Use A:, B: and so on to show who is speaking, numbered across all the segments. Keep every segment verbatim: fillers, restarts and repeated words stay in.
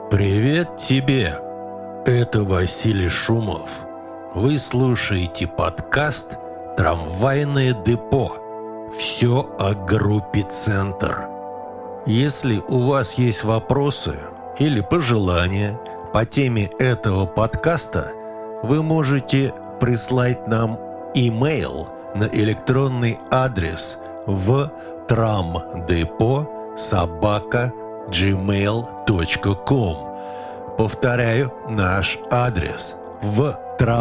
A: Привет тебе! Это Василий Шумов. Вы слушаете подкаст «Трамвайное депо». Все о группе «Центр». Если у вас есть вопросы или пожелания по теме этого подкаста, вы можете прислать нам имейл на электронный адрес в трамдепо собака джимейл точка ком. Повторяю наш адрес в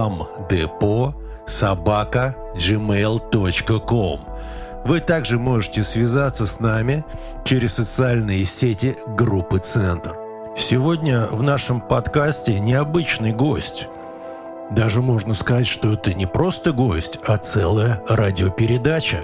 A: трамдепо собака джимейл точка ком. Вы также можете связаться с нами через социальные сети группы «Центр». Сегодня в нашем подкасте необычный гость. Даже можно сказать, что это не просто гость, а целая радиопередача.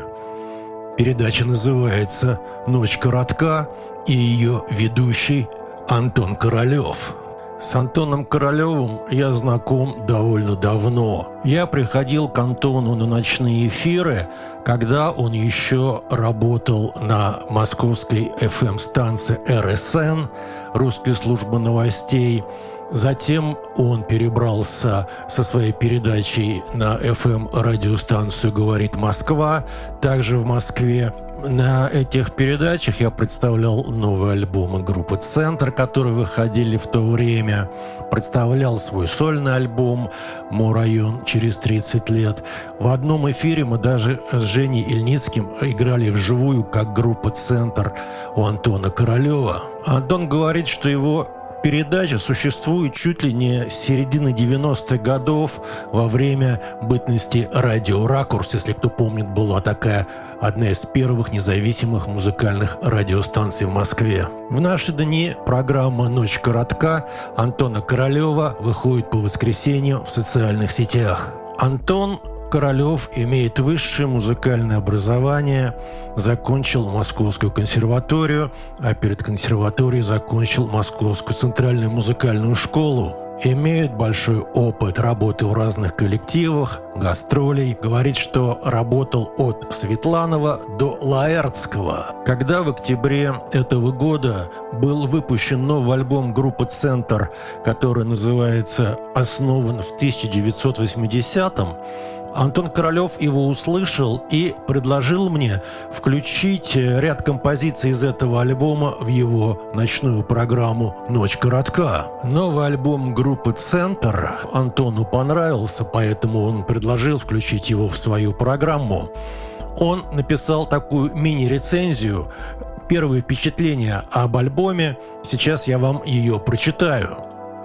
A: Передача называется «Ночь коротка», и ее ведущий Антон Королев. С Антоном Королевым я знаком довольно давно. Я приходил к Антону на ночные эфиры, когда он еще работал на московской эф эм-станции эр эс эн, русская служба новостей. Затем он перебрался со своей передачей на эф эм-радиостанцию «Говорит Москва», также в Москве. На этих передачах я представлял новые альбомы группы «Центр», которые выходили в то время. Представлял свой сольный альбом «Мой район через тридцать лет». В одном эфире мы даже с Женей Ильницким играли вживую как группа «Центр» у Антона Королева. Антон говорит, что его передача существует чуть ли не с середины девяностых годов, во время бытности «Радио Ракурс». Если кто помнит, была такая одна из первых независимых музыкальных радиостанций в Москве. В наши дни программа «Ночь коротка» Антона Королева выходит по воскресеньям в социальных сетях. Антон Королев имеет высшее музыкальное образование, закончил Московскую консерваторию, а перед консерваторией закончил Московскую центральную музыкальную школу. Имеет большой опыт работы в разных коллективах, гастролей. Говорит, что работал от Светланова до Лаэртского. Когда в октябре этого года был выпущен новый альбом группы «Центр», который называется «Основан в тысяча девятьсот восьмидесятом», Антон Королев его услышал и предложил мне включить ряд композиций из этого альбома в его ночную программу «Ночь коротка». Новый альбом группы «Центр» Антону понравился, поэтому он предложил включить его в свою программу. Он написал такую мини-рецензию, первые впечатления об альбоме. Сейчас я вам ее прочитаю.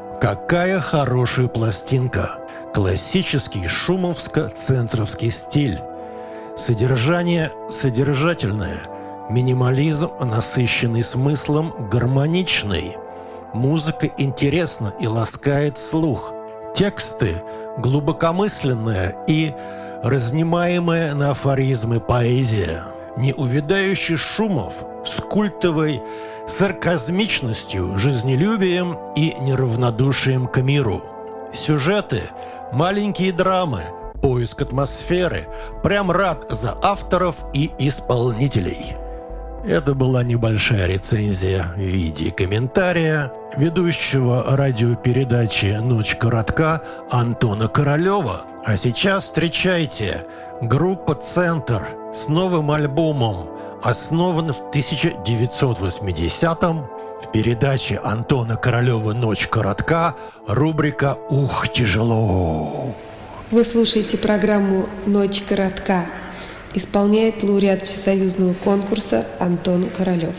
A: «Какая хорошая пластинка! Классический шумовско-центровский стиль. Содержание содержательное. Минимализм, насыщенный смыслом, гармоничный. Музыка интересна и ласкает слух. Тексты глубокомысленная и разнимаемая на афоризмы поэзия. Неувядающий Шумов с культовой сарказмичностью, жизнелюбием и неравнодушием к миру. Сюжеты, маленькие драмы, поиск атмосферы. Прям рад за авторов и исполнителей». Это была небольшая рецензия в виде комментария ведущего радиопередачи «Ночь коротка» Антона Королева. А сейчас встречайте группа «Центр» с новым альбомом, основан в тысяча девятьсот восьмидесятом. В передаче Антона Королева «Ночь коротка» рубрика «Ух, тяжело».
B: Вы слушаете программу «Ночь коротка». Исполняет лауреат всесоюзного конкурса Антон Королев.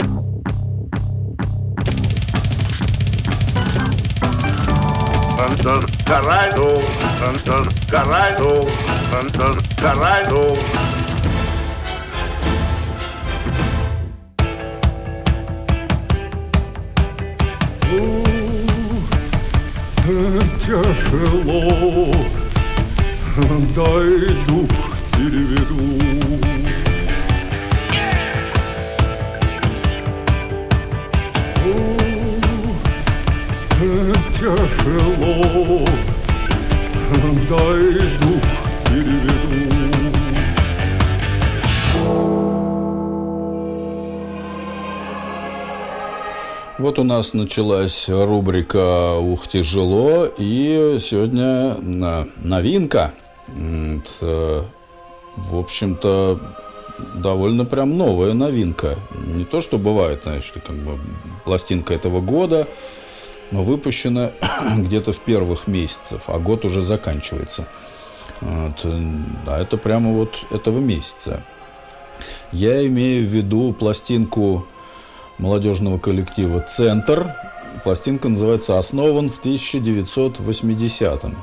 C: Антон Королев, Антон Королев, Антон Королев.
D: Тяжело, дай дух переведу. Тяжело, дай дух переведу.
E: Вот у нас началась рубрика «Ух, тяжело», и сегодня новинка. В общем-то, довольно прям новая новинка. Не то, что бывает, значит, как бы пластинка этого года, но выпущена где-то в первых месяцах, а год уже заканчивается. Вот. А это прямо вот этого месяца. Я имею в виду пластинку молодежного коллектива «Центр». Пластинка называется «Основан в тысяча девятьсот восьмидесятом».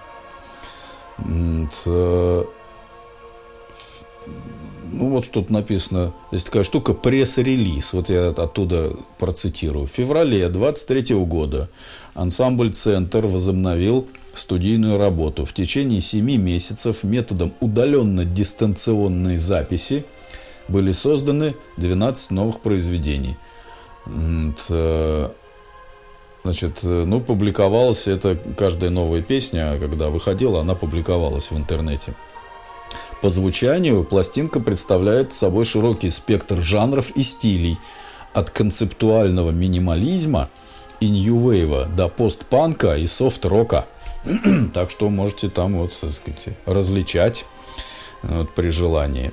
E: Ну, вот что тут написано. Здесь такая штука «Пресс-релиз». Вот я оттуда процитирую. В феврале двадцать третьего года ансамбль «Центр» возобновил студийную работу. В течение семи месяцев методом удаленно-дистанционной записи были созданы двенадцать новых произведений. Значит, ну, публиковалась это, каждая новая песня, когда выходила, она публиковалась в интернете. По звучанию пластинка представляет собой широкий спектр жанров и стилей, от концептуального минимализма и нью-вейва до постпанка и софт-рока. Так что можете там, вот, так сказать, различать вот, при желании.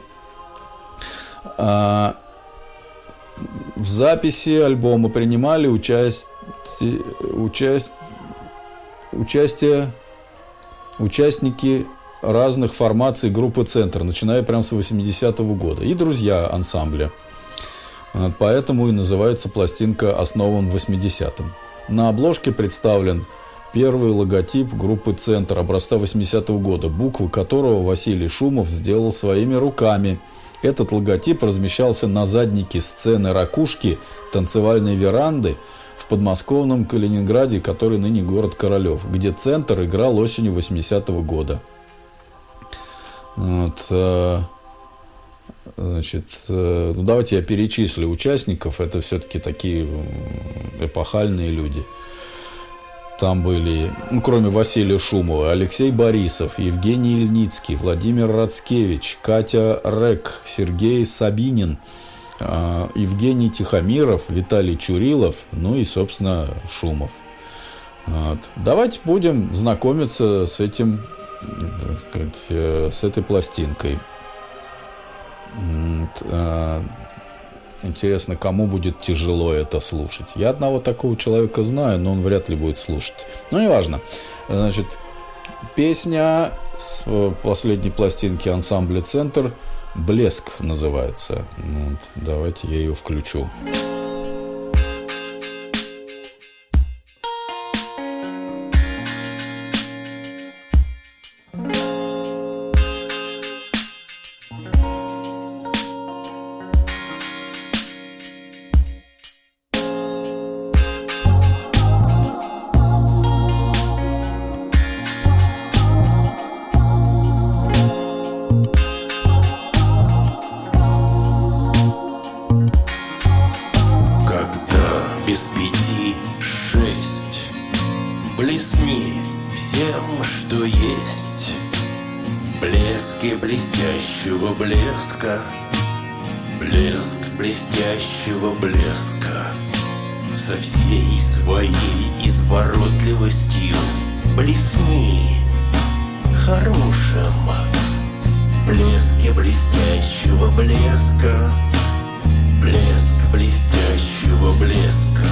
E: А в записи альбома принимали участие, участие, участие участники разных формаций группы «Центр», начиная прямо с восьмидесятого года, и друзья ансамбля. Поэтому и называется пластинка «Основан в восьмидесятом». На обложке представлен первый логотип группы «Центр» образца восьмидесятого года, буквы которого Василий Шумов сделал своими руками. Этот логотип размещался на заднике сцены «Ракушки» танцевальной веранды в подмосковном Калининграде, который ныне город Королев, где «Центр» играл осенью восьмидесятого года. Вот, значит, ну, давайте я перечислю участников. Это все-таки такие эпохальные люди. Там были, ну, кроме Василия Шумова, Алексей Борисов, Евгений Ильницкий, Владимир Рацкевич, Катя Рек, Сергей Сабинин, Евгений Тихомиров, Виталий Чурилов, ну и, собственно, Шумов. Вот. Давайте будем знакомиться с этим, так сказать, с этой пластинкой. Интересно, кому будет тяжело это слушать. Я одного такого человека знаю, но он вряд ли будет слушать. Но неважно. Значит, песня с последней пластинки ансамбля «Центр» «Блеск» называется. Вот, давайте я ее включу.
A: Блесни всем, что есть, в блеске блестящего блеска, блеск блестящего блеска, со всей своей изворотливостью блесни хорошим, в блеске блестящего блеска, блеск блестящего блеска.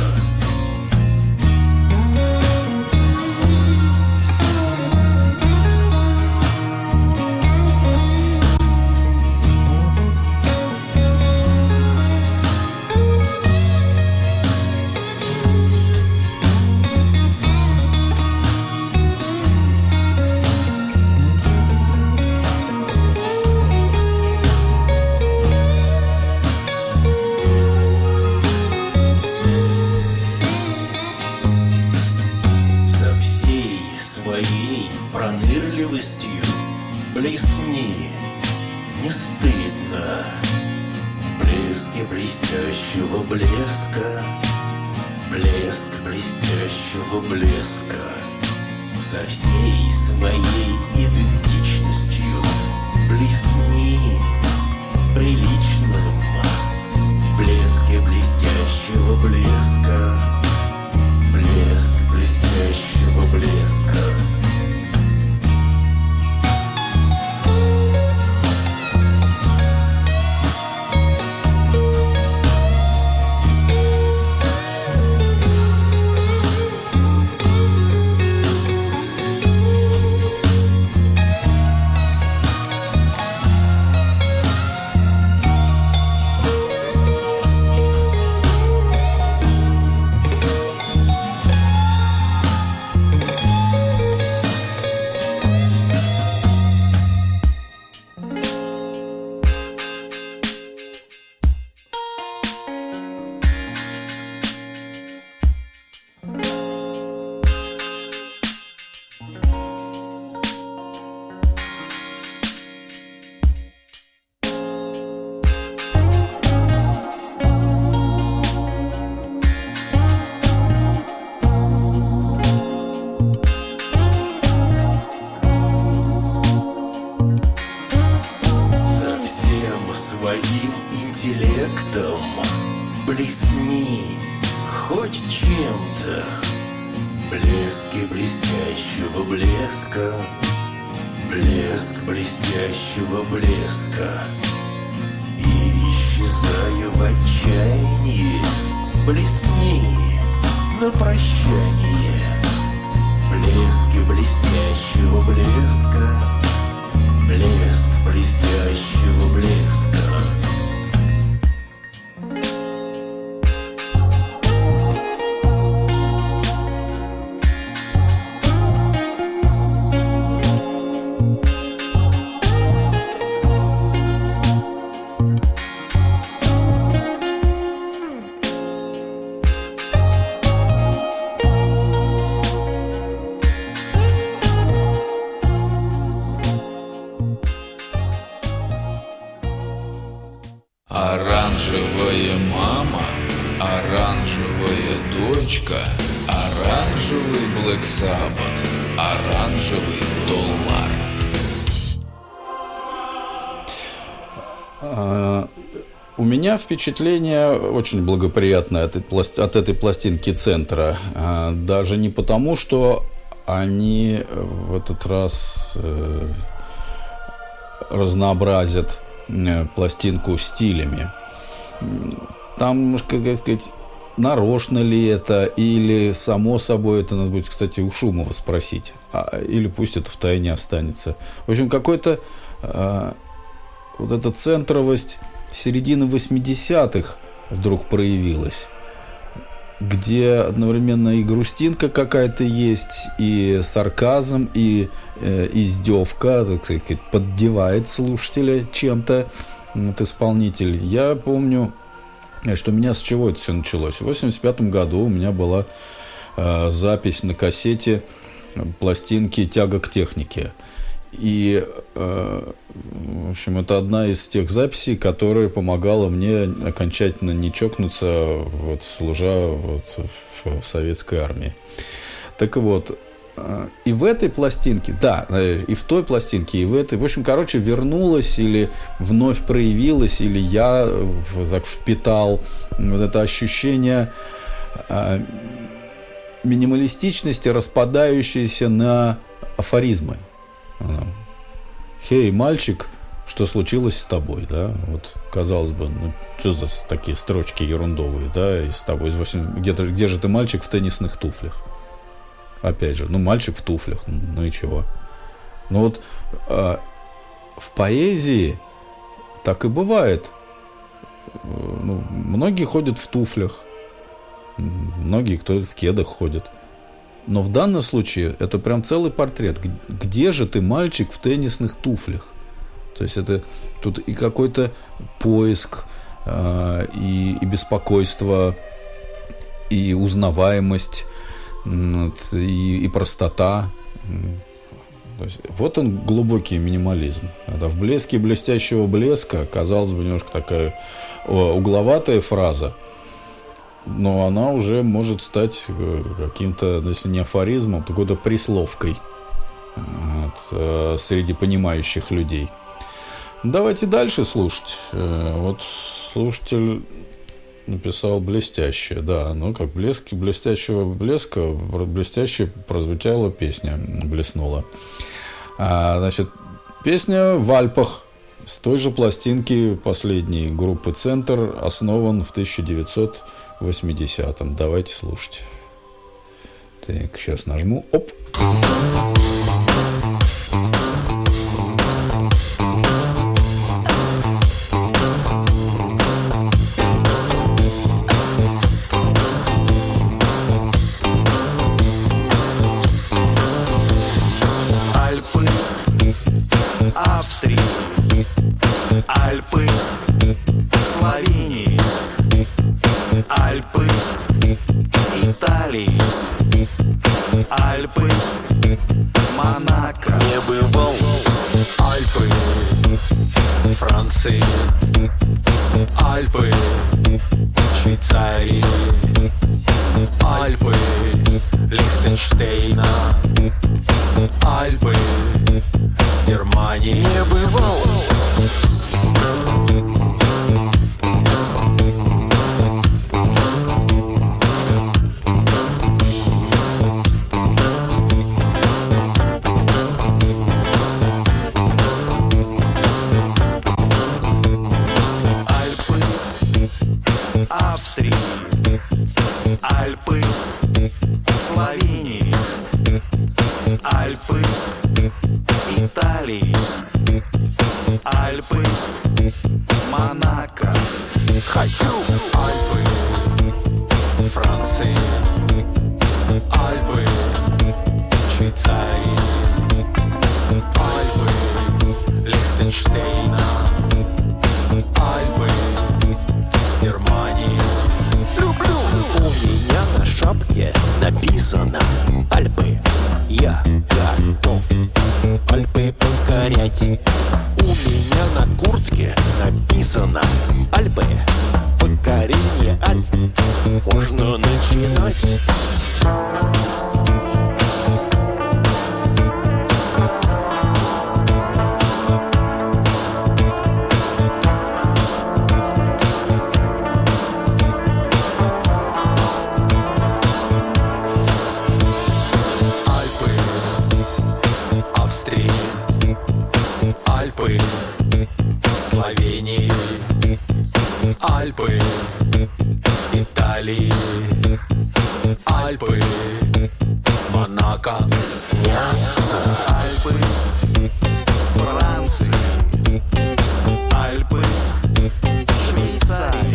A: блесни хоть чем-то. Блески блестящего блеска, блеск блестящего блеска. И исчезая в отчаянии, блесни на прощание. В блеске блестящего блеска, блеск блестящего блеска.
F: Оранжевая мама, оранжевая дочка, оранжевый Black Sabbath, оранжевый доллар.
E: А, у меня впечатление очень благоприятное от, от этой пластинки «Центра». А, даже не потому, что они в этот раз э, разнообразят пластинку стилями. Там, как сказать, нарочно ли это, или само собой, это надо будет, кстати, у Шумова спросить, а, или пусть это втайне останется. В общем, какой-то а, вот эта центровость середины восьмидесятых вдруг проявилась, где одновременно и грустинка какая-то есть, и сарказм, и э, издевка, так сказать, поддевает слушателя чем-то, вот, исполнитель. Я помню, что у меня с чего это все началось. В восемьдесят пятом году у меня была э, запись на кассете пластинки «Тяга к технике». И, э, в общем, это одна из тех записей, которая помогала мне окончательно не чокнуться, вот, служа вот в советской армии. Так вот, э, и в этой пластинке, да, и в той пластинке, и в этой, в общем, короче, вернулась или вновь проявилась, или я так впитал вот это ощущение э, минималистичности, распадающейся на афоризмы. «Хей, мальчик, что случилось с тобой?» Да? Вот, казалось бы, ну, что за такие строчки ерундовые, да, из того, из восемь... где, где же ты, мальчик, в теннисных туфлях? Опять же, ну, мальчик в туфлях, ну и чего? Ну вот э, в поэзии так и бывает. Ну, многие ходят в туфлях, многие, кто в кедах ходит. Но в данном случае это прям целый портрет. Где же ты, мальчик, в теннисных туфлях? То есть это тут и какой-то поиск, э, и, и беспокойство, и узнаваемость, и, и простота. То есть вот он, глубокий минимализм. Это в блеске блестящего блеска, казалось бы, немножко такая угловатая фраза, но она уже может стать каким-то, если не афоризмом, то какой-то присловкой вот, среди понимающих людей. Давайте дальше слушать. Вот слушатель написал «блестящее». Да, ну как блески блестящего блеска, блестяще прозвучала песня, блеснула. А, значит, песня в Альпах. С той же пластинки последней группы «Центр», основан в тысяча девятьсот восьмидесятом. Давайте слушать. Так, сейчас нажму. Оп.
G: Альпы Австрии, Альпы Словении, Альпы Италии, Альпы Монако. Не бывал. Альпы Франции, Альпы Швейцарии, Альпы Лихтенштейна, Альпы Германии. Не бывал. Альпы Словении, Альпы Италии, Альпы Монако. Хочу Альпы Франции, Альпы Швейцарии, Альпы Лихтенштейна, Альпы Германии. Люблю.
H: У меня на шапке написано Альпы. Я готов Альпы покорять. У меня на куртке написано Альпы. Покорение Альп можно начинать.
G: Альпы Словении, Альпы Италии, Альпы Монако.
H: Снятся
G: Альпы Франции, Альпы Швейцарии,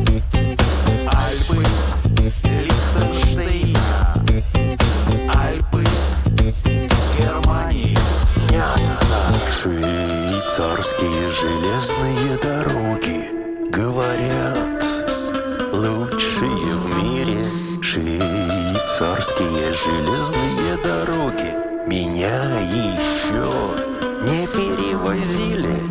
G: Альпы Лихтенштейна, Альпы Германии.
H: снятся швейцарские железные дороги. Говорят, лучшие в мире швейцарские железные дороги. Меня еще не перевозили.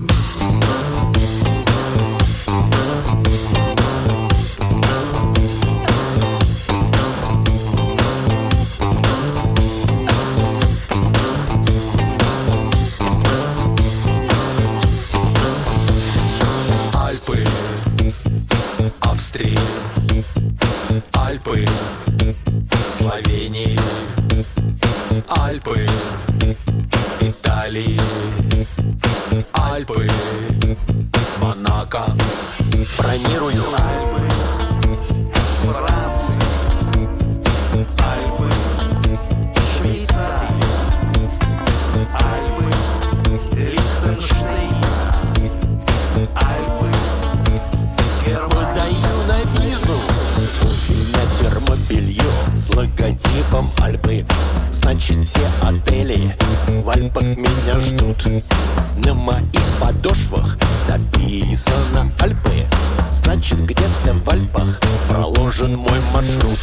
G: Альпы Австрии, Альпы Словении, Альпы Италии, Альпы Монако.
H: Бронирую.
G: Альпы Франции, Альпы Швейцарии, Альпы Лихтенштейна, Альпы Германии.
H: Подаю на визу. У меня термобелье с логотипом Альпы. Значит, все отели в Альпах меня ждут. На моих подошвах написано Альпы. Значит, где-то в Альпах проложен мой маршрут.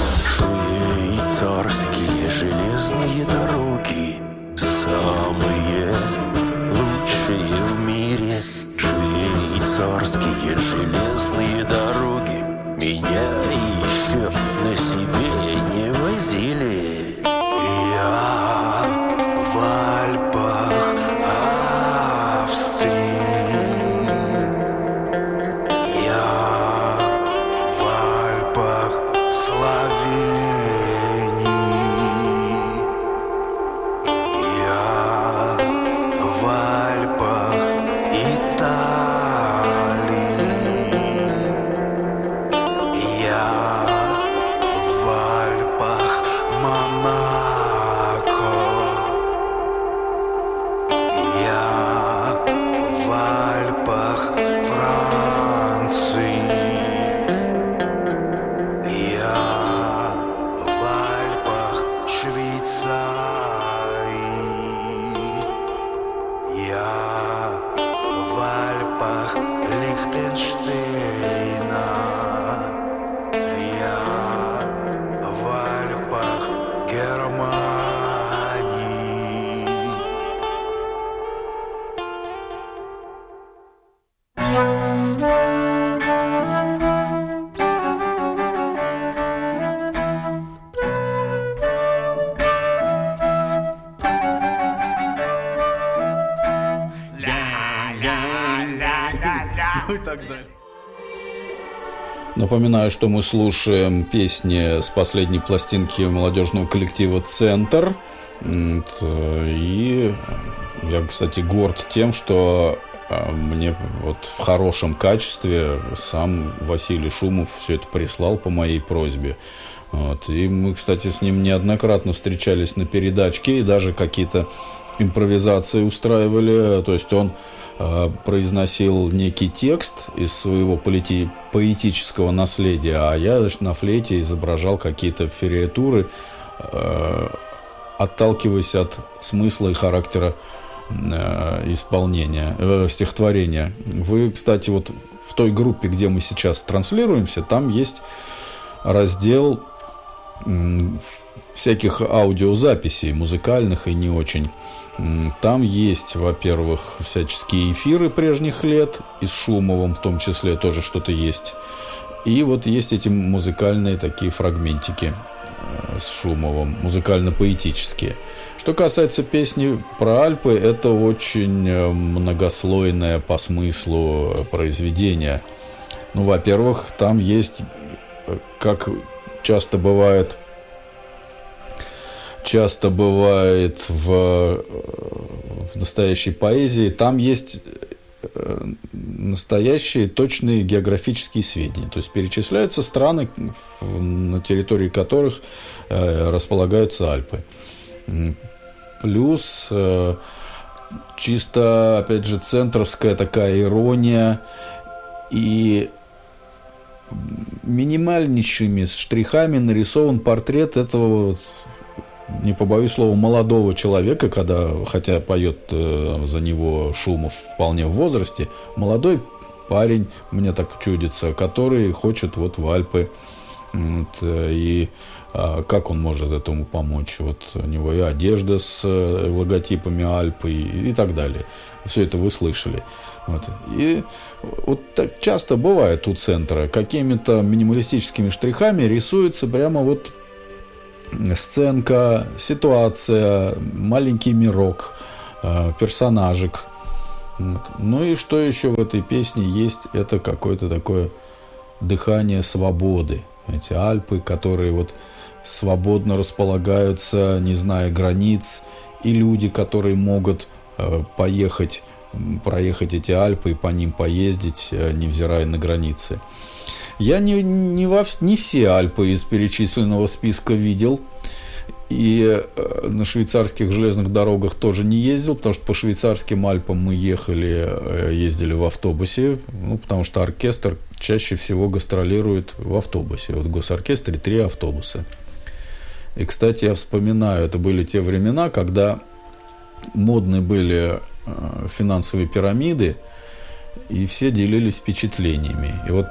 H: Швейцарские железные дороги самые лучшие в мире. Швейцарские железные дороги меня еще на себе не возили. Я в Альпах Австрии, я в Альпах Словении, я в Альпах Италии, я в Альпах Монако, я в Альпах Франции, я в Альпах Швейцарии, я в Альпах Лихтенштейна, я в Альпах Германии.
E: Напоминаю, что мы слушаем песни с последней пластинки молодежного коллектива «Центр». И я, кстати, горд тем, что мне вот в хорошем качестве сам Василий Шумов все это прислал по моей просьбе. Вот. И мы, кстати, с ним неоднократно встречались на передачке и даже какие-то импровизации устраивали. То есть он э, произносил некий текст из своего полити- поэтического наследия, а я, значит, на флейте изображал какие-то фериатуры, э, отталкиваясь от смысла и характера э, исполнения, э, стихотворения. Вы, кстати, вот в той группе, где мы сейчас транслируемся, там есть раздел всяких аудиозаписей, музыкальных и не очень. Там есть, во-первых, всяческие эфиры прежних лет, и с Шумовым в том числе тоже что-то есть. И вот есть эти музыкальные такие фрагментики с Шумовым, музыкально-поэтические. Что касается песни про Альпы, это очень многослойное по смыслу произведение. Ну, во-первых, там есть, как часто бывает, часто бывает в, в настоящей поэзии, там есть настоящие точные географические сведения. То есть перечисляются страны, на территории которых располагаются Альпы. Плюс чисто, опять же, центровская такая ирония и минимальнейшими штрихами нарисован портрет этого, вот, не побоюсь слова, молодого человека, когда, хотя поет э, за него Шумов вполне в возрасте, молодой парень, мне так чудится, который хочет вот в Альпы. Вот, и а, как он может этому помочь? Вот у него и одежда с э, логотипами Альпы и, и так далее. Все это вы слышали. Вот. И вот так часто бывает у центра, какими-то минималистическими штрихами рисуется прямо вот сценка, ситуация, маленький мирок, персонажик. Вот. Ну и что еще в этой песне есть? Это какое-то такое дыхание свободы. Эти Альпы, которые вот свободно располагаются, не зная границ, и люди, которые могут поехать, проехать эти Альпы и по ним поездить, невзирая на границы. Я не, не, во, не все Альпы из перечисленного списка видел. И на швейцарских железных дорогах тоже не ездил, потому что по швейцарским Альпам мы ехали, ездили в автобусе, ну, потому что оркестр чаще всего гастролирует в автобусе. Вот в госоркестре три автобуса. И, кстати, я вспоминаю, это были те времена, когда модны были финансовые пирамиды, и все делились впечатлениями. И вот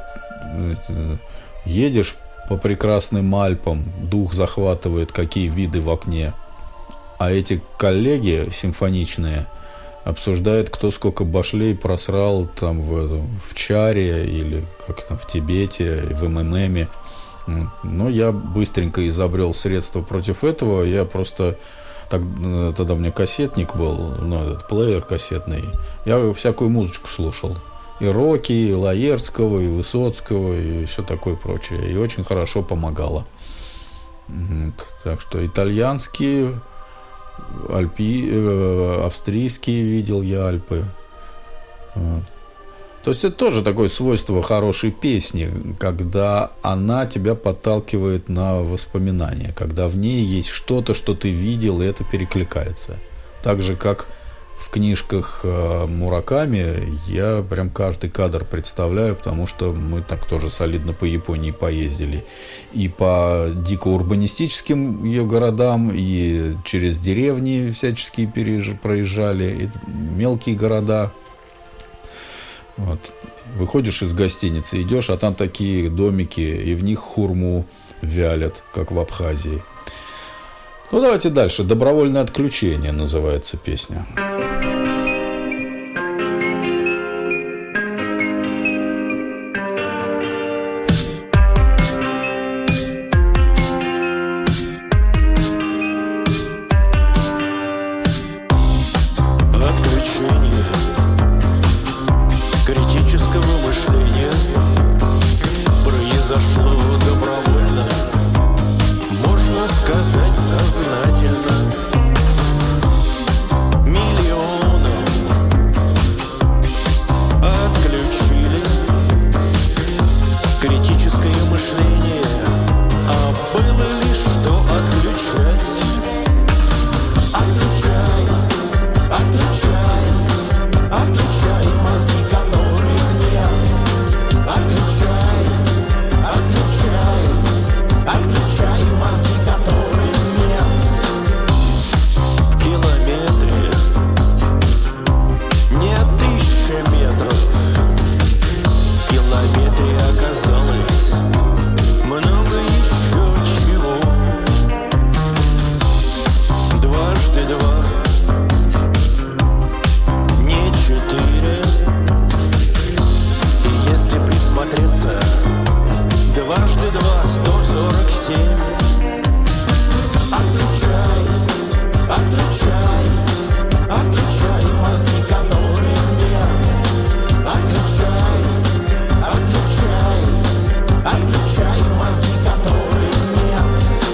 E: едешь по прекрасным Альпам, дух захватывает, какие виды в окне. А эти коллеги симфоничные обсуждают, кто сколько башлей просрал там в, в Чаре или как там в Тибете, в эм эм эме. Но я быстренько изобрел средства против этого. Я просто... Так, тогда у меня кассетник был, ну, этот плеер кассетный. Я всякую музычку слушал. И Роки, и Лаерского, и Высоцкого, и все такое прочее. И очень хорошо помогало. Вот. Так что итальянские, альпи, э, австрийские видел я Альпы. Вот. То есть это тоже такое свойство хорошей песни, когда она тебя подталкивает на воспоминания, когда в ней есть что-то, что ты видел, и это перекликается. Так же, как в книжках Мураками, я прям каждый кадр представляю, потому что мы так тоже солидно по Японии поездили. И по дико урбанистическим ее городам, и через деревни всяческие проезжали, и мелкие города. Вот. Выходишь из гостиницы, идешь, а там такие домики, и в них хурму вялят, как в Абхазии. Ну, давайте дальше. «Добровольное отключение» называется песня.
H: Сказать сознательно. Миллион сто сорок семь. Отключай, отключай, отключай мозги, которых нет. Отключай, отключай, отключай мозги, которых нет.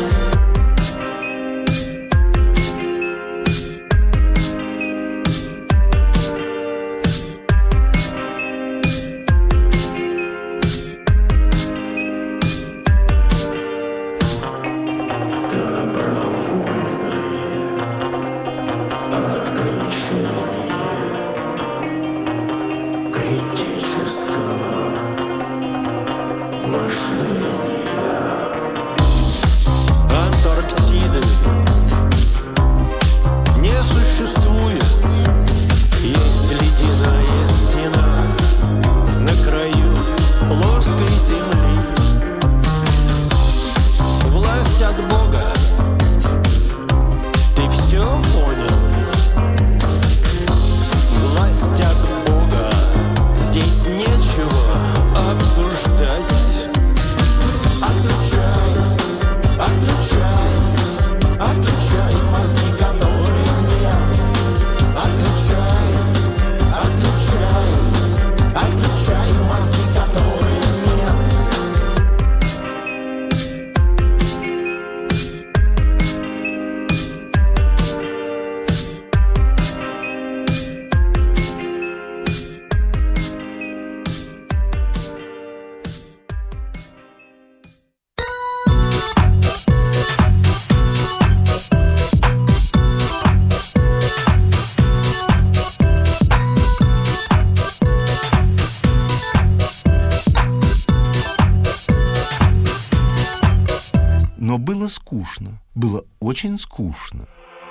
I: Но было скучно, было очень скучно.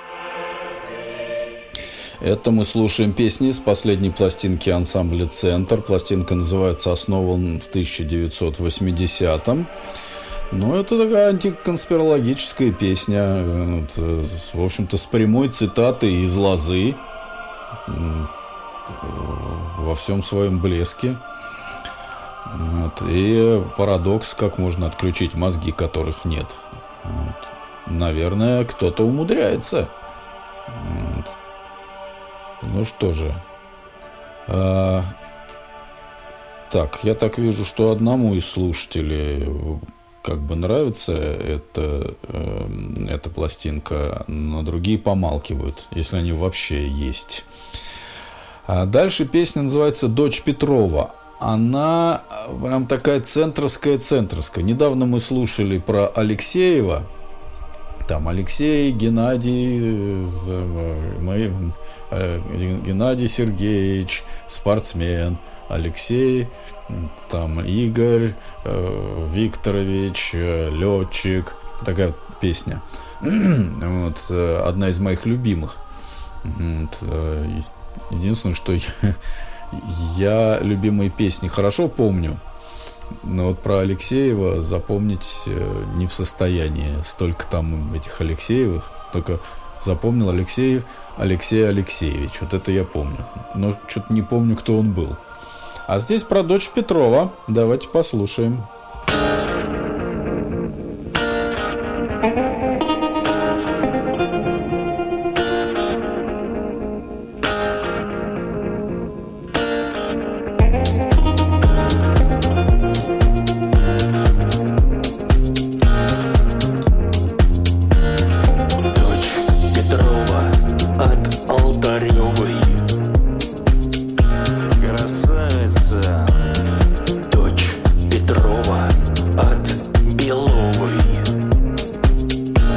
E: Это мы слушаем песни с последней пластинки ансамбля «Центр». Пластинка называется «Основан в тысяча девятьсот восьмидесятом». Ну, это такая антиконспирологическая песня, вот, в общем-то, с прямой цитатой из «Лозы» во всем своем блеске. Вот. И парадокс, как можно отключить мозги, которых нет. Вот. Наверное, кто-то умудряется. Вот. Ну что же. А, так, я так вижу, что одному из слушателей как бы нравится эта, э, эта пластинка, но другие помалкивают, если они вообще есть. А дальше песня называется «Дочь Петрова». Она прям такая центровская-центровская. Недавно мы слушали про Алексеева. Там Алексей, Геннадий, мы, Геннадий Сергеевич, спортсмен. Алексей, там Игорь Викторович, летчик. Такая песня. Вот, одна из моих любимых. Вот, единственное, что я... Я любимые песни хорошо помню, но вот про Алексеева запомнить не в состоянии. Столько там этих Алексеевых. Только запомнил Алексеев Алексей Алексеевич. Вот это я помню. Но что-то не помню, кто он был. А здесь про дочь Петрова. Давайте послушаем.
H: Дочь Петрова от Беловой.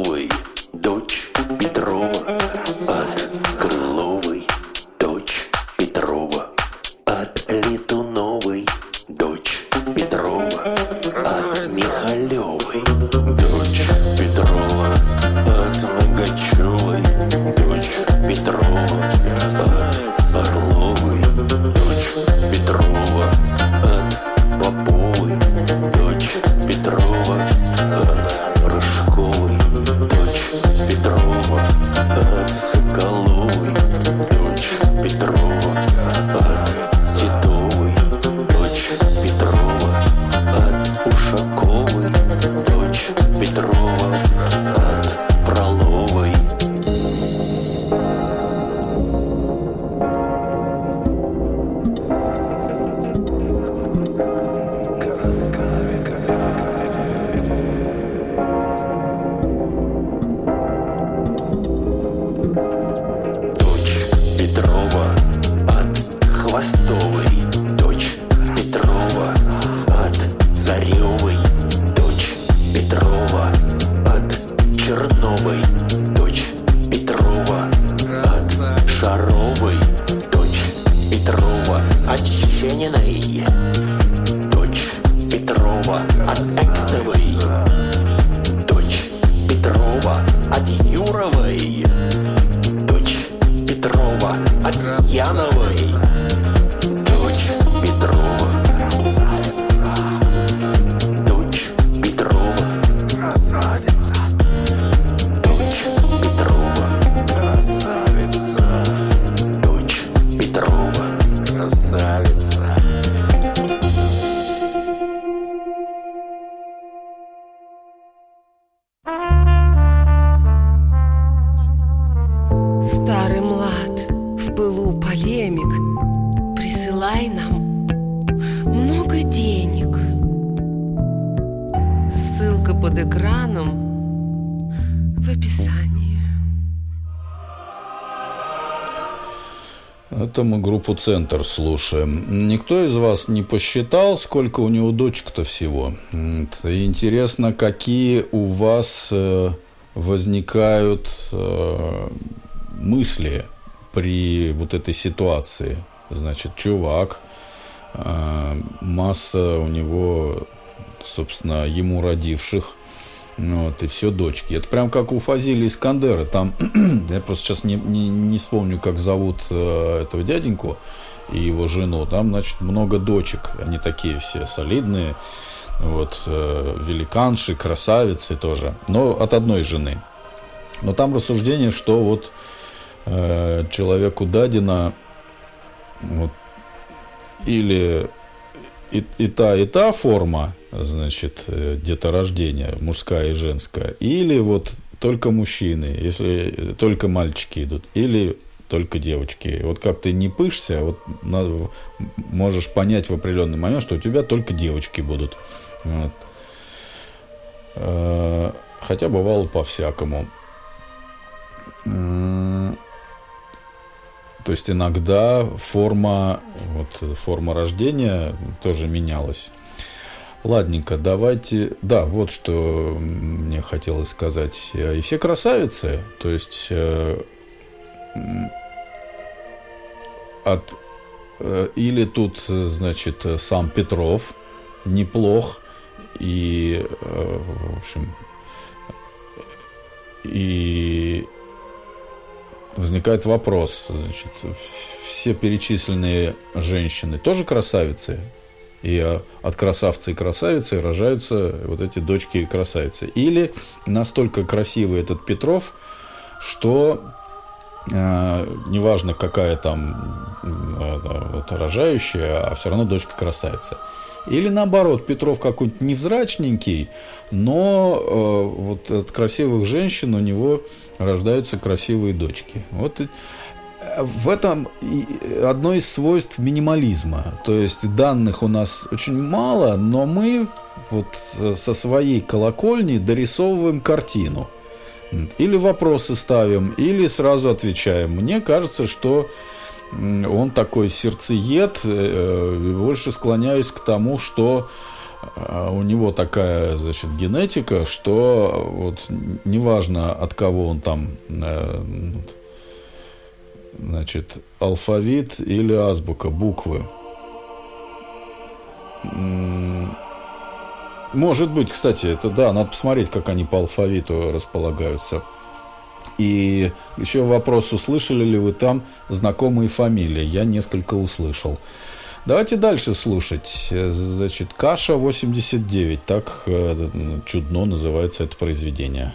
H: Крыловой, дочь Петрова, от Крыловой, дочь Петрова, от Летуновой, дочь Петрова, от Михалевой, дочь Петрова, от Ногачевой, дочь Петрова, от Орловой, дочь Петрова, от Поповой, дочь Петрова, от Рыжковой, дочь Петрова, от Соколовой, дочь Петрова, от Титовой, дочь Петрова, от Ушаковой, дочь Петрова, от Фроловой. Дочь Петрова, от Хвостовой, дочь Петрова, от Царевой, дочь Петрова, от Черновой, дочь Петрова, от Шаровой, дочь Петрова, от Щениной, дочь Петрова, от Эктовой, дочь Петрова, от Юровой, дочь Петрова, от Яновой, дочь Петрова, дочь Петрова, дочь Петрова, дочь Петрова, красавица.
B: Старый млад, в пылу полемик, присылай нам много денег. Ссылка под экраном в описании.
E: Это мы группу «Центр» слушаем. Никто из вас не посчитал, сколько у него дочек-то всего? Интересно, какие у вас возникают мысли при вот этой ситуации. Значит, чувак, масса у него, собственно, ему родивших, вот, и все дочки. Это прям как у Фазили Искандера. Там, я просто сейчас не, не, не вспомню, как зовут этого дяденьку и его жену. Там, значит, много дочек. Они такие все солидные, вот, великанши, красавицы тоже. Но от одной жены. Но там рассуждение, что вот э, человеку дадено вот, или и, и та, и та форма, значит, деторождения, мужская и женская, или вот только мужчины, если только мальчики идут, или только девочки. Вот как ты не пышься, вот надо, можешь понять в определенный момент, что у тебя только девочки будут. Вот. Э, хотя бывало по-всякому. То есть иногда форма, вот, форма рождения тоже менялась. Ладненько, давайте... Да, вот что мне хотелось сказать. И все красавицы, то есть э, от... Э, или тут, значит, сам Петров неплох, и, э, в общем, и... возникает вопрос, значит, все перечисленные женщины тоже красавицы, и от красавца и красавицы рожаются вот эти дочки и красавицы. Или настолько красивый этот Петров, что э, неважно, какая там э, вот, рожающая, а все равно дочка красавица. Или наоборот, Петров какой-нибудь невзрачненький, но э, вот от красивых женщин у него рождаются красивые дочки. Вот в этом одно из свойств минимализма. То есть данных у нас очень мало, но мы вот со своей колокольни дорисовываем картину. Или вопросы ставим, или сразу отвечаем. Мне кажется, что он такой сердцеед, больше склоняюсь к тому, что у него такая, значит, генетика, что вот неважно, от кого он там, значит, алфавит или азбука, буквы. Может быть, кстати, это да, надо посмотреть, как они по алфавиту располагаются. И еще вопрос, услышали ли вы там знакомые фамилии? Я несколько услышал. Давайте дальше слушать. Значит, Каша восемьдесят девять. Так чудно называется это произведение.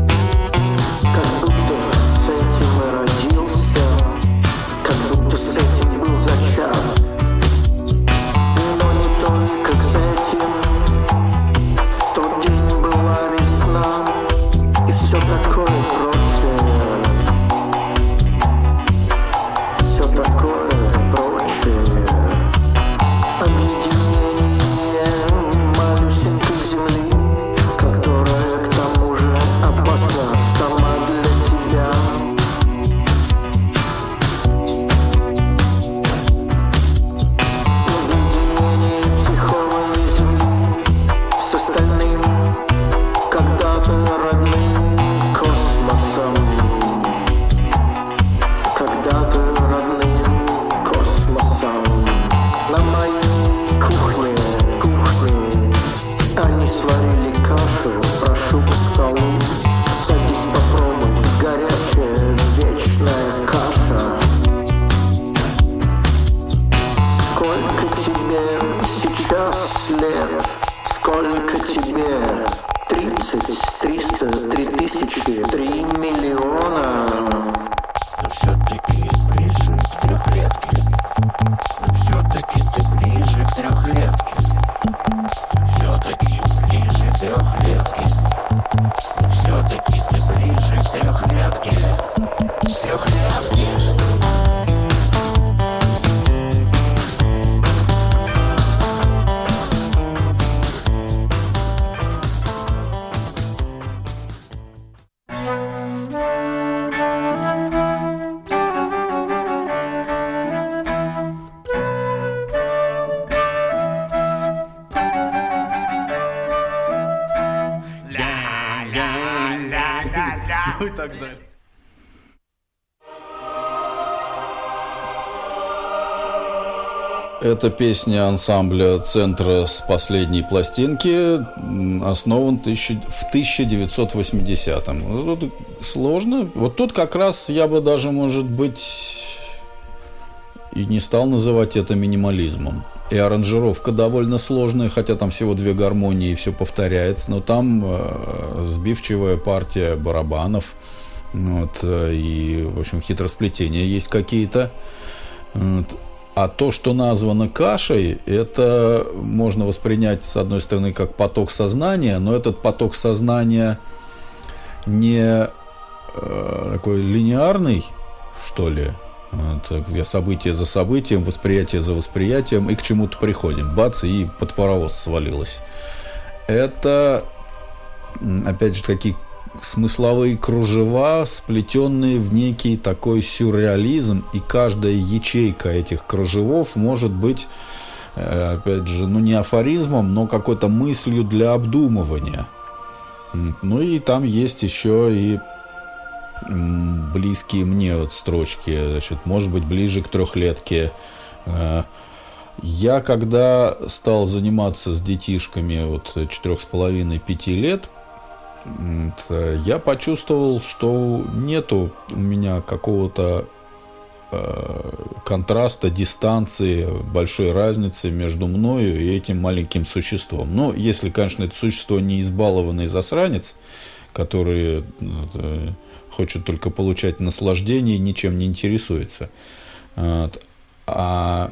J: Как будто так далее.
E: Это песня ансамбля «Центра» с последней пластинки, основан в тысяча девятьсот восьмидесятом. Тут сложно. Вот тут как раз я бы даже, может быть, и не стал называть это минимализмом. И аранжировка довольно сложная, хотя там всего две гармонии и все повторяется, но там э, сбивчивая партия барабанов, вот, и, в общем, хитросплетения есть какие-то. Вот. А то, что названо кашей, это можно воспринять, с одной стороны, как поток сознания, но этот поток сознания не э, такой линейный, что ли, вот, где событие за событием, восприятие за восприятием, и к чему-то приходим. Бац, и под паровоз свалилось. Это, опять же, такие смысловые кружева, сплетенные в некий такой сюрреализм, и каждая ячейка этих кружевов может быть, опять же, ну не афоризмом, но какой-то мыслью для обдумывания. Ну и там есть еще и близкие мне вот строчки, значит, может быть, ближе к трехлетке. Я когда стал заниматься с детишками вот четырех с половиной пяти лет, я почувствовал, что нету у меня какого-то э, контраста, дистанции, большой разницы между мною и этим маленьким существом. Ну, если, конечно, это существо не избалованный засранец, который э, хочет только получать наслаждение и ничем не интересуется. Вот. А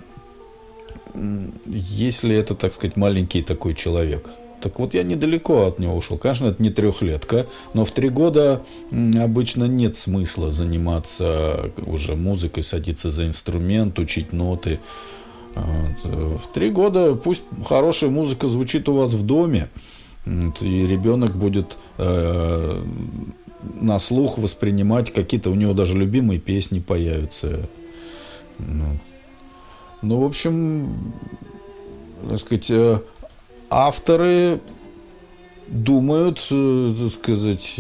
E: если это, так сказать, маленький такой человек. Так вот, я недалеко от него ушел. Конечно, это не трехлетка, но в три года обычно нет смысла заниматься уже музыкой, садиться за инструмент, учить ноты. Вот. В три года пусть хорошая музыка звучит у вас в доме, вот, и ребенок будет э, на слух воспринимать какие-то, у него даже любимые песни появятся. Ну, ну в общем, так сказать, авторы думают, так сказать,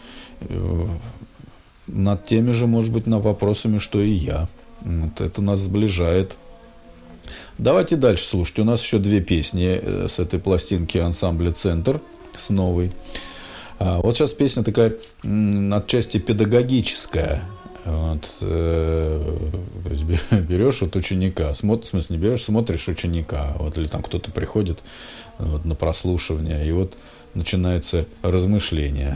E: над теми же, может быть, на вопросами, что и я. Вот это нас сближает. Давайте дальше слушать. У нас еще две песни с этой пластинки ансамбля «Центр», с новой. Вот сейчас песня такая отчасти педагогическая. Вот, э, то есть берешь вот ученика, смотришь, в смысле, не берешь, смотришь ученика, вот, или там кто-то приходит вот, на прослушивание, и вот начинается размышление.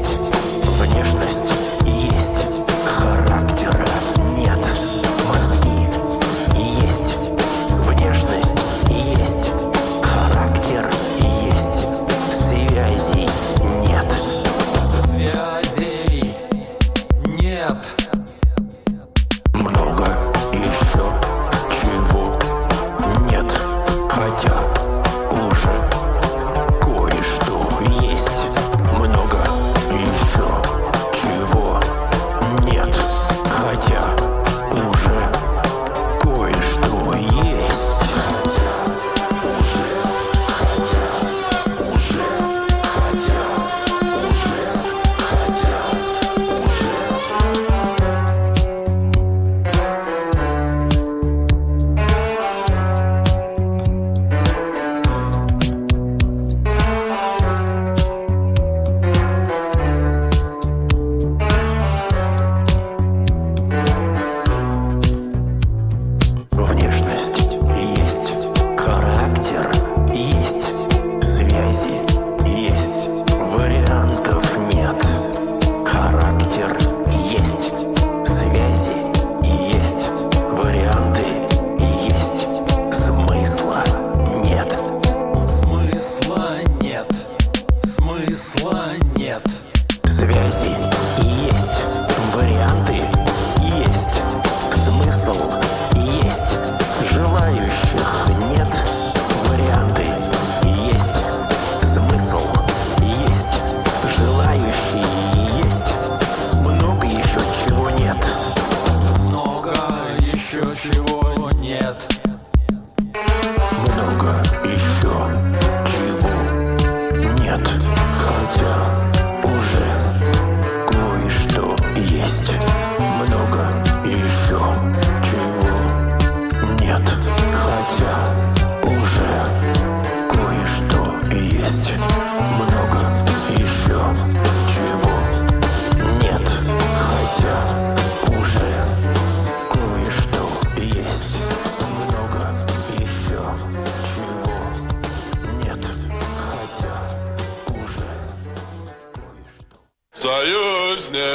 H: Мозги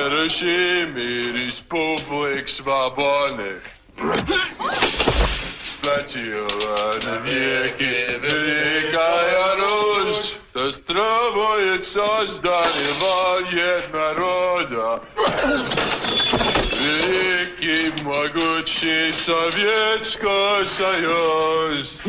J: верующими республик свободных. Сплотила навеки Великая Русь, что строит создание воед народа. Великий могучий Советский Союз.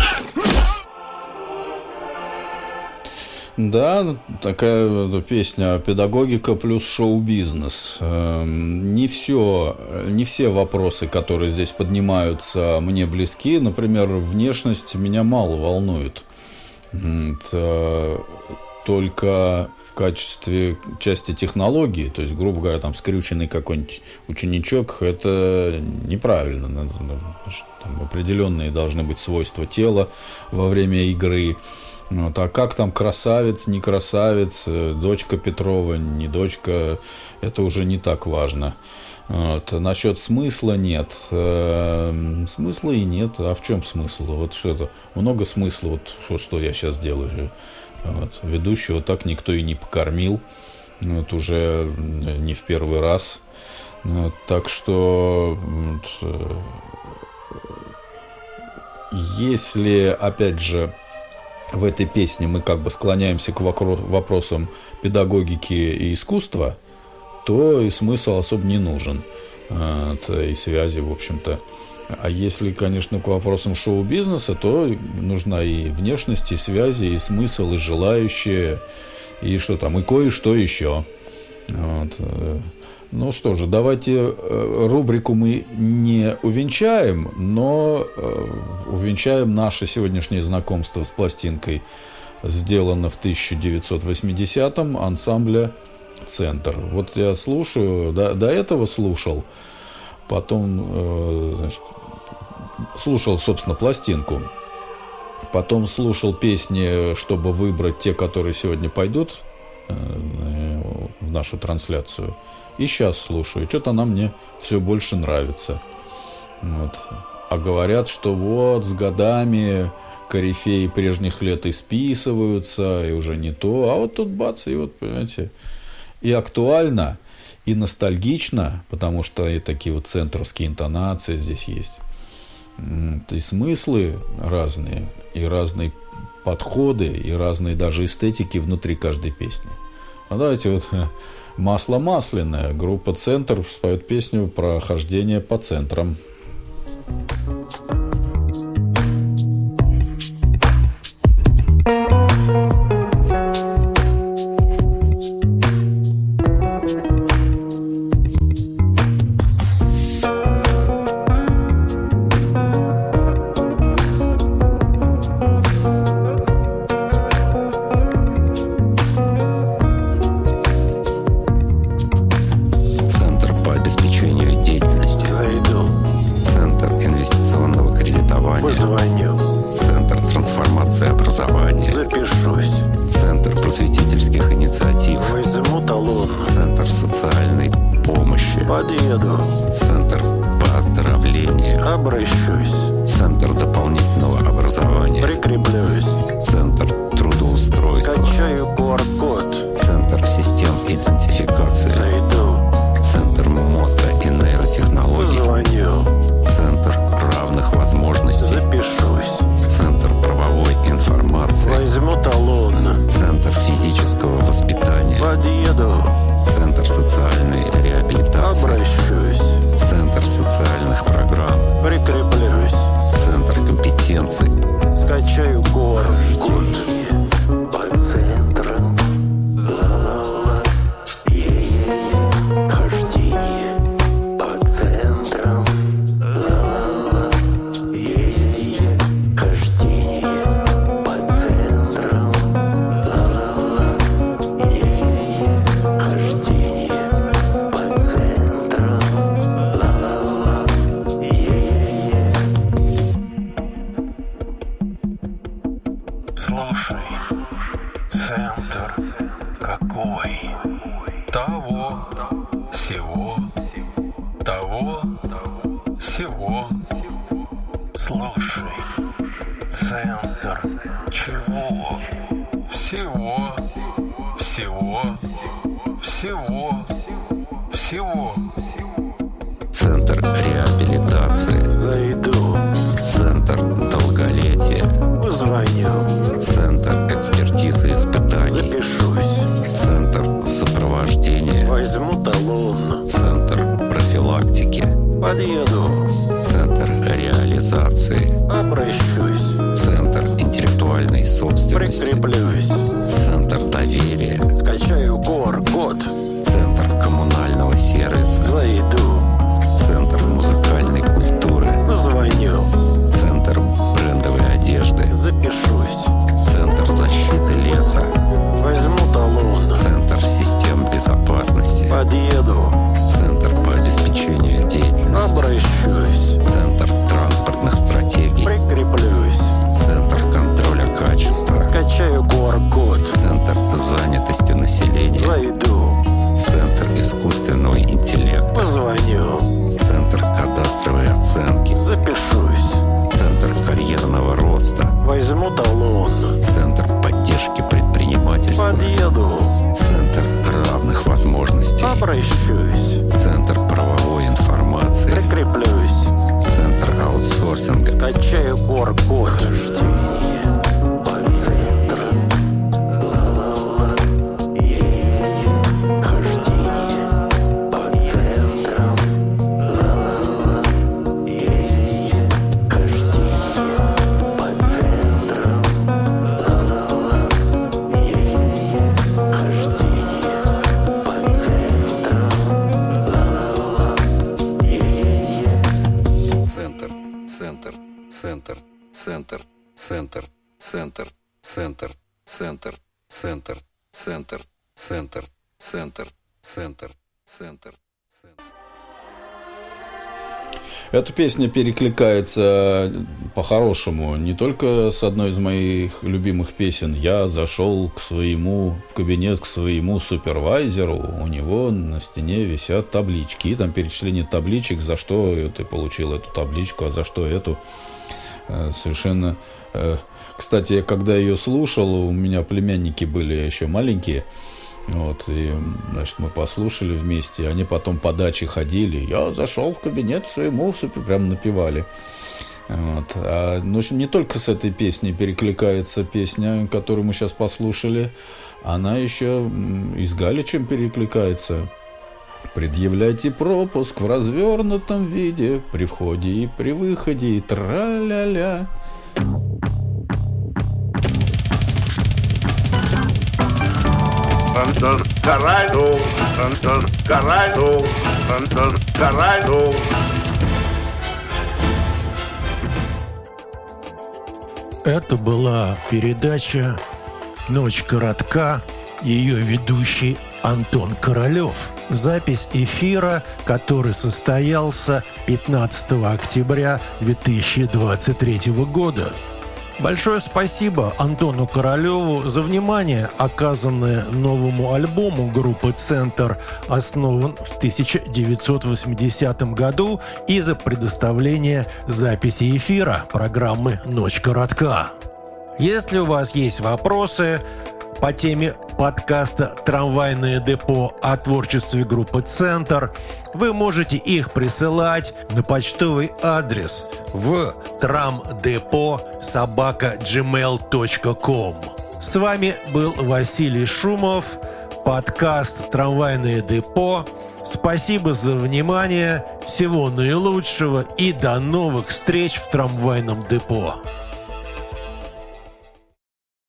E: Да, такая песня «Педагогика плюс шоу-бизнес». Не все, не все вопросы, которые здесь поднимаются, мне близки. Например, внешность меня мало волнует. Только в качестве части технологии, то есть, грубо говоря, там скрюченный какой-нибудь ученичок, это неправильно. Там определенные должны быть свойства тела во время игры. Вот, а как там красавец, не красавец, дочка Петрова, не дочка, это уже не так важно. Вот. Насчет смысла нет. Смысла и нет. А в чем смысл? Вот что это? Много смысла. Вот что, что я сейчас делаю. Вот. Ведущего так никто и не покормил. Вот, уже не в первый раз. Вот, так что вот, если, опять же, в этой песне мы как бы склоняемся к вопросам педагогики и искусства, то и смысл особо не нужен. И связи, в общем-то. А если, конечно, к вопросам шоу-бизнеса, то нужна и внешность, и связи, и смысл, и желающие, и что там, и кое-что еще. Вот. Ну что же, давайте рубрику мы не увенчаем, но увенчаем наше сегодняшнее знакомство с пластинкой. Сделано в тысяча девятьсот восьмидесятом ансамбля «Центр». Вот я слушаю, до, до этого слушал, потом, значит, слушал, собственно, пластинку, потом слушал песни, чтобы выбрать те, которые сегодня пойдут в нашу трансляцию. И сейчас слушаю. Что-то она мне все больше нравится. Вот. А говорят, что вот с годами корифеи прежних лет и списываются, и уже не то. А вот тут бац, и вот, понимаете, и актуально, и ностальгично, потому что и такие вот центровские интонации здесь есть. И смыслы разные, и разные подходы, и разные даже эстетики внутри каждой песни. А давайте вот «Масло масляное». Группа «Центр» споет песню про хождение по центрам.
F: цифровизации.
H: Обращусь.
F: Центр интеллектуальной собственности.
H: Прикреплюсь.
F: Центр доверия.
H: Скачаю Гор-код.
F: Центр коммунального сервиса.
H: Зайду.
F: Центр музыкальной культуры.
H: Позвоню.
F: Центр брендовой одежды.
H: Запишусь.
F: Центр защиты леса.
H: Возьму талон.
F: Центр систем безопасности.
H: Подъеду.
F: Центр по обеспечению деятельности.
H: Обращусь.
F: Центр транспортных стратегий.
H: Прикреплюсь.
F: Центр контроля качества.
H: Скачаю Гор-код.
F: Центр занятости населения.
H: Зайду.
F: Центр искусственного интеллекта.
H: Позвоню.
F: Центр кадастровой оценки.
H: Запишусь.
F: Центр карьерного роста.
H: Возьму талон.
F: Центр поддержки предпринимательства.
H: Подъеду.
F: Центр равных возможностей.
H: Обращусь.
F: Центр правовой информации.
H: Прикреплюсь.
F: Центр аутсорсинга.
H: Скачаю Гор-код.
F: Центр, центр, центр, центр, центр, центр, центр, центр, центр, центр, центр, центр, центр, центр.
E: Эта песня перекликается по-хорошему не только с одной из моих любимых песен. Я зашел к своему, в кабинет к своему супервайзеру, у него на стене висят таблички, и там перечисление табличек, за что ты получил эту табличку, а за что эту. Совершенно... Кстати, я когда ее слушал, у меня племянники были еще маленькие. Вот, и, значит, мы послушали вместе, они потом по даче ходили. Я зашел в кабинет своему, супер, прям напевали. Вот. А, ну, в общем, не только с этой песней перекликается песня, которую мы сейчас послушали, она еще и с Галичем перекликается. Предъявляйте пропуск в развернутом виде при входе и при выходе, и тра-ля-ля.
C: Антон Карайду, Антон Карайду, Антон Карайду.
A: Это была передача «Ночь коротка», ее ведущий Антон Королев. Запись эфира, который состоялся пятнадцатого октября две тысячи двадцать третьего года. Большое спасибо Антону Королеву за внимание, оказанное новому альбому группы «Центр», основан в тысяча девятьсот восьмидесятом году, и за предоставление записи эфира программы «Ночь коротка». Если у вас есть вопросы по теме подкаста «Трамвайное депо» о творчестве группы «Центр», вы можете их присылать на почтовый адрес в трамдепо собака джимейл точка ком. С вами был Василий Шумов, подкаст «Трамвайное депо». Спасибо за внимание, всего наилучшего и до новых встреч в трамвайном депо.